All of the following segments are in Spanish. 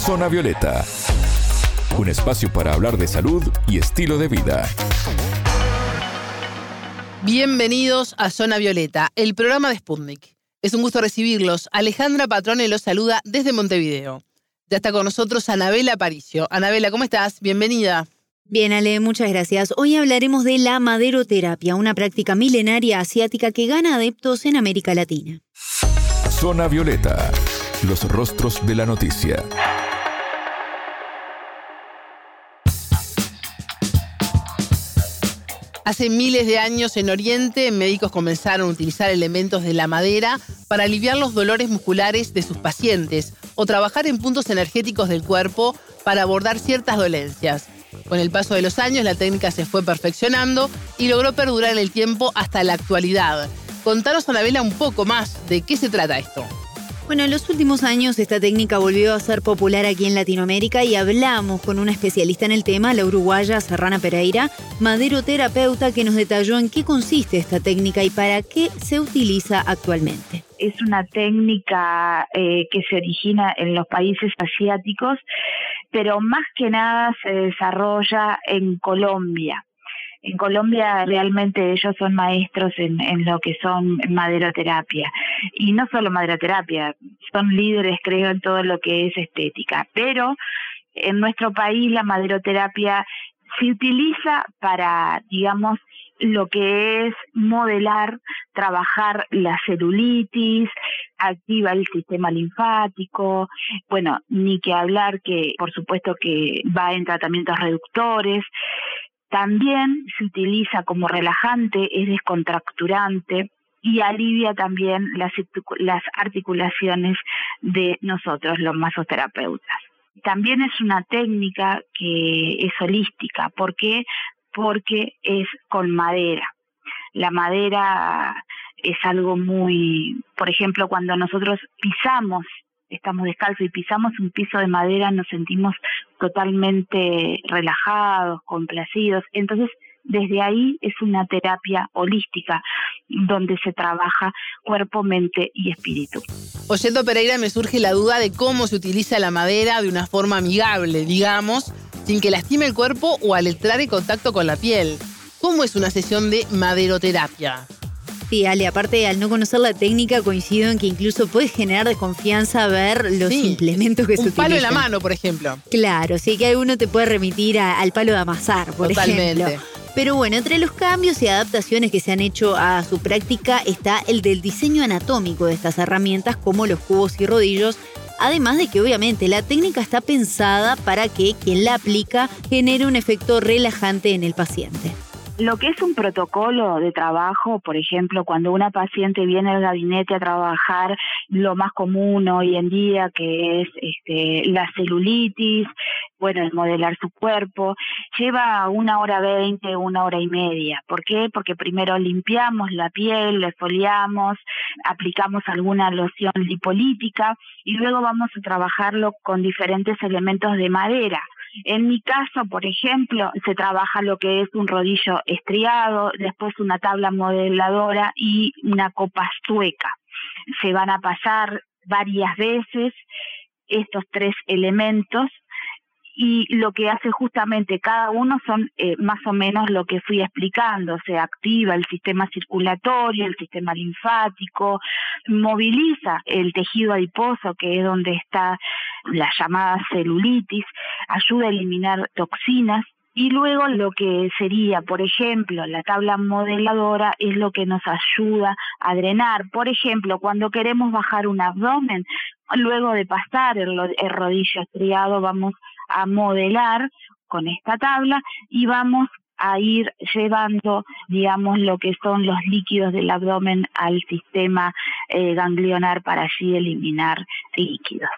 Zona Violeta, un espacio para hablar de salud y estilo de vida. Bienvenidos a Zona Violeta, el programa de Sputnik. Es un gusto recibirlos. Alejandra Patrone los saluda desde Montevideo. Ya está con nosotros Anabela Aparicio. Anabela, ¿cómo estás? Bienvenida. Bien, Ale, muchas gracias. Hoy hablaremos de la maderoterapia, una práctica milenaria asiática que gana adeptos en América Latina. Zona Violeta, los rostros de la noticia. Hace miles de años en Oriente, médicos comenzaron a utilizar elementos de la madera para aliviar los dolores musculares de sus pacientes o trabajar en puntos energéticos del cuerpo para abordar ciertas dolencias. Con el paso de los años, la técnica se fue perfeccionando y logró perdurar en el tiempo hasta la actualidad. Contanos, Anabela, un poco más de qué se trata esto. Bueno, en los últimos años esta técnica volvió a ser popular aquí en Latinoamérica y hablamos con una especialista en el tema, la uruguaya Serrana Pereira, maderoterapeuta, que nos detalló en qué consiste esta técnica y para qué se utiliza actualmente. Es una técnica que se origina en los países asiáticos, pero más que nada se desarrolla en Colombia. En Colombia realmente ellos son maestros en lo que son maderoterapia. Y no solo maderoterapia, son líderes, creo, en todo lo que es estética. Pero en nuestro país la maderoterapia se utiliza para, digamos, lo que es modelar, trabajar la celulitis, activa el sistema linfático, bueno, ni que hablar que por supuesto que va en tratamientos reductores. También se utiliza como relajante, es descontracturante y alivia también las articulaciones de nosotros, los masoterapeutas. También es una técnica que es holística. ¿Por qué? Porque es con madera. La madera es algo muy... Por ejemplo, cuando nosotros estamos descalzos y pisamos un piso de madera, nos sentimos totalmente relajados, complacidos. Entonces, desde ahí es una terapia holística donde se trabaja cuerpo, mente y espíritu. Oyendo Pereira me surge la duda de cómo se utiliza la madera de una forma amigable, digamos, sin que lastime el cuerpo o al entrar en contacto con la piel. ¿Cómo es una sesión de maderoterapia? Sí, Ale, aparte, al no conocer la técnica, coincido en que incluso puede generar desconfianza ver los implementos que se utilizan. Un palo en la mano, por ejemplo. Claro, sí, que alguno te puede remitir al palo de amasar, por ejemplo. Pero bueno, entre los cambios y adaptaciones que se han hecho a su práctica está el del diseño anatómico de estas herramientas, como los cubos y rodillos, además de que obviamente la técnica está pensada para que quien la aplica genere un efecto relajante en el paciente. Lo que es un protocolo de trabajo, por ejemplo, cuando una paciente viene al gabinete a trabajar, lo más común hoy en día que es la celulitis, bueno, el modelar su cuerpo, lleva 1h20, 1h30. ¿Por qué? Porque primero limpiamos la piel, la exfoliamos, aplicamos alguna loción lipolítica y luego vamos a trabajarlo con diferentes elementos de madera. En mi caso, por ejemplo, se trabaja lo que es un rodillo estriado, después una tabla modeladora y una copa sueca. Se van a pasar varias veces estos tres elementos y lo que hace justamente cada uno son más o menos lo que fui explicando. Se activa el sistema circulatorio, el sistema linfático, moviliza el tejido adiposo, que es donde está la llamada celulitis, ayuda a eliminar toxinas. Y luego lo que sería, por ejemplo, la tabla modeladora es lo que nos ayuda a drenar. Por ejemplo, cuando queremos bajar un abdomen, luego de pasar el rodillo estriado, vamos a modelar con esta tabla y vamos a ir llevando, digamos, lo que son los líquidos del abdomen al sistema ganglionar para así eliminar líquidos.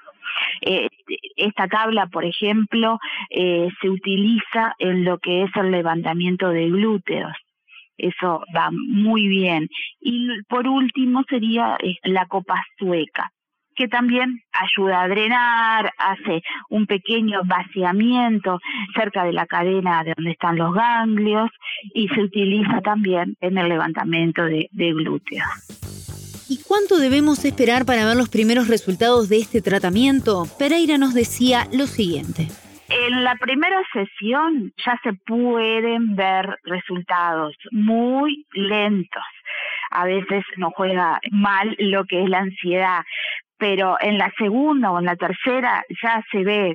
Esta tabla, por ejemplo, se utiliza en lo que es el levantamiento de glúteos. Eso va muy bien. Y por último sería la copa sueca, que también ayuda a drenar, hace un pequeño vaciamiento cerca de la cadena de donde están los ganglios y se utiliza también en el levantamiento de glúteos. ¿Y cuánto debemos esperar para ver los primeros resultados de este tratamiento? Pereira nos decía lo siguiente. En la primera sesión ya se pueden ver resultados muy lentos. A veces nos juega mal lo que es la ansiedad, pero en la segunda o en la tercera ya se ve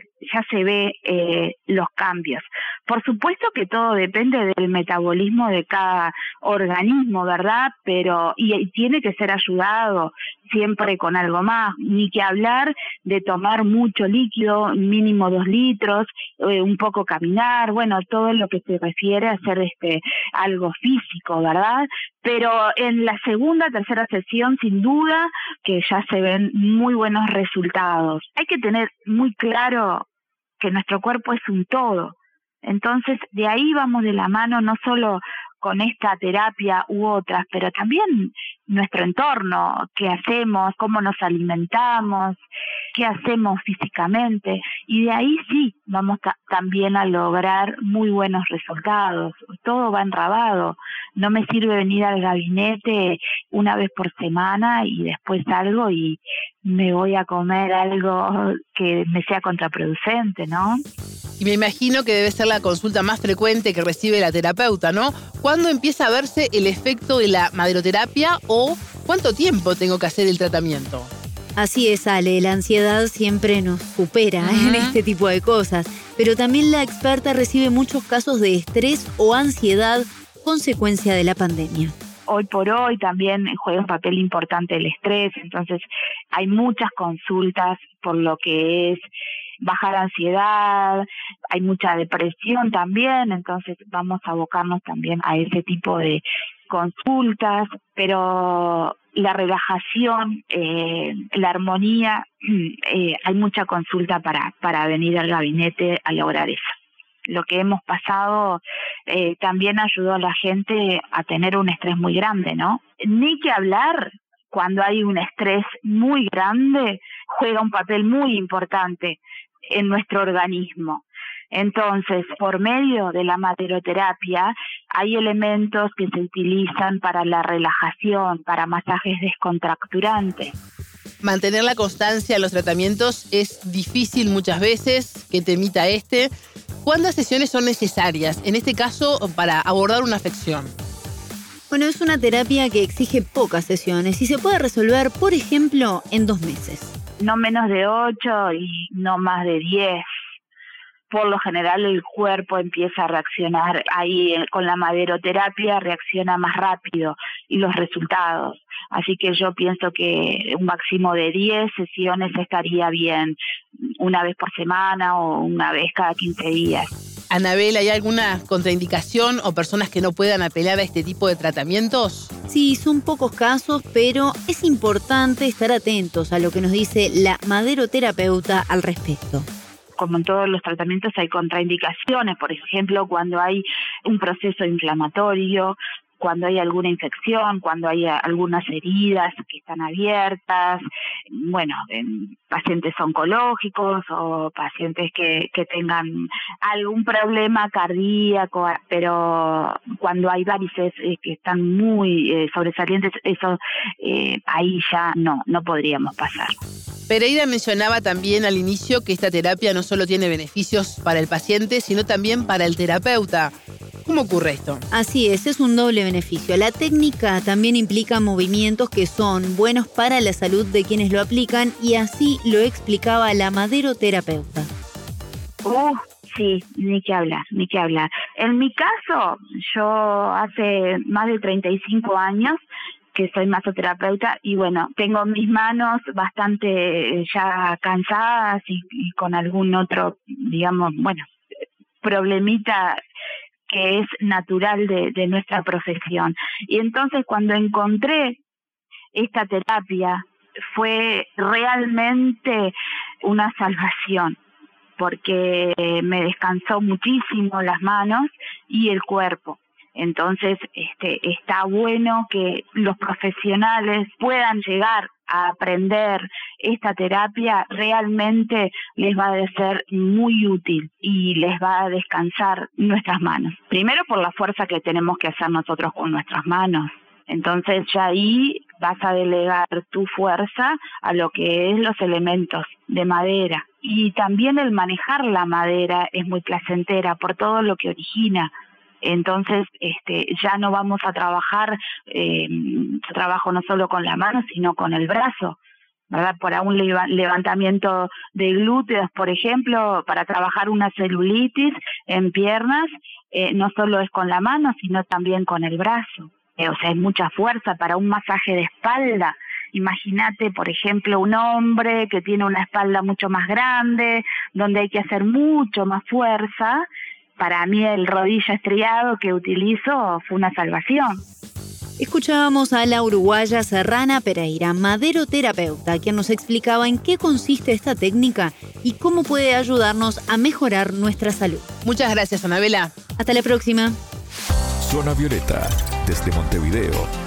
los cambios. Por supuesto que todo depende del metabolismo de cada organismo, ¿verdad? Pero y tiene que ser ayudado siempre con algo más, ni que hablar de tomar mucho líquido, mínimo 2 litros, un poco caminar, bueno, todo lo que se refiere a hacer algo físico, ¿verdad? Pero en la segunda, tercera sesión, sin duda, que ya se ven muy buenos resultados. Hay que tener muy claro que nuestro cuerpo es un todo. Entonces, de ahí vamos de la mano, no solo con esta terapia u otras, pero también nuestro entorno, qué hacemos, cómo nos alimentamos, qué hacemos físicamente, y de ahí sí vamos también a lograr muy buenos resultados. Todo va enrabado. No me sirve venir al gabinete una vez por semana y después salgo y me voy a comer algo que me sea contraproducente, ¿no? Y me imagino que debe ser la consulta más frecuente que recibe la terapeuta, ¿no? ¿Cuándo empieza a verse el efecto de la maderoterapia o cuánto tiempo tengo que hacer el tratamiento? Así es, Ale, la ansiedad siempre nos supera en este tipo de cosas, pero también la experta recibe muchos casos de estrés o ansiedad consecuencia de la pandemia. Hoy por hoy también juega un papel importante el estrés, entonces hay muchas consultas por lo que es bajar ansiedad, hay mucha depresión también, entonces vamos a abocarnos también a ese tipo de consultas, pero la relajación, la armonía, hay mucha consulta para venir al gabinete a lograr eso. Lo que hemos pasado también ayudó a la gente a tener un estrés muy grande, ¿no? Ni que hablar, cuando hay un estrés muy grande, juega un papel muy importante en nuestro organismo. Entonces, por medio de la maderoterapia, hay elementos que se utilizan para la relajación, para masajes descontracturantes. Mantener la constancia en los tratamientos es difícil muchas veces. ¿Qué temita este? ¿Cuántas sesiones son necesarias, en este caso, para abordar una afección? Bueno, es una terapia que exige pocas sesiones y se puede resolver, por ejemplo, en 2 meses. No menos de 8 y no más de 10. Por lo general el cuerpo empieza a reaccionar ahí con la maderoterapia, reacciona más rápido y los resultados. Así que yo pienso que un máximo de 10 sesiones estaría bien, una vez por semana o una vez cada 15 días. Anabel, ¿hay alguna contraindicación o personas que no puedan apelar a este tipo de tratamientos? Sí, son pocos casos, pero es importante estar atentos a lo que nos dice la maderoterapeuta al respecto. Como en todos los tratamientos hay contraindicaciones, por ejemplo, cuando hay un proceso inflamatorio, cuando hay alguna infección, cuando hay algunas heridas que están abiertas, bueno, en pacientes oncológicos o pacientes que tengan algún problema cardíaco, pero cuando hay varices que están muy sobresalientes, eso ahí ya no podríamos pasar. Pereira mencionaba también al inicio que esta terapia no solo tiene beneficios para el paciente, sino también para el terapeuta. ¿Cómo ocurre esto? Así es un doble beneficio. La técnica también implica movimientos que son buenos para la salud de quienes lo aplican y así lo explicaba la maderoterapeuta. Sí, ni que hablar. En mi caso, yo hace más de 35 años que soy masoterapeuta y bueno, tengo mis manos bastante ya cansadas y con algún otro, digamos, problemita que es natural de nuestra profesión. Y entonces cuando encontré esta terapia fue realmente una salvación, porque me descansó muchísimo las manos y el cuerpo. Entonces, está bueno que los profesionales puedan llegar a aprender esta terapia, realmente les va a ser muy útil y les va a descansar nuestras manos. Primero por la fuerza que tenemos que hacer nosotros con nuestras manos. Entonces ya ahí vas a delegar tu fuerza a lo que es los elementos de madera. Y también el manejar la madera es muy placentera por todo lo que origina. Entonces ya no vamos a trabajar, trabajo no solo con la mano, sino con el brazo, ¿verdad? Para un levantamiento de glúteos, por ejemplo, para trabajar una celulitis en piernas, no solo es con la mano, sino también con el brazo. O sea, hay mucha fuerza para un masaje de espalda. Imagínate, por ejemplo, un hombre que tiene una espalda mucho más grande, donde hay que hacer mucho más fuerza. Para mí el rodillo estriado que utilizo fue una salvación. Escuchábamos a la uruguaya Serrana Pereira, maderoterapeuta, quien nos explicaba en qué consiste esta técnica y cómo puede ayudarnos a mejorar nuestra salud. Muchas gracias, Anabela. Hasta la próxima. Zona Violeta, desde Montevideo,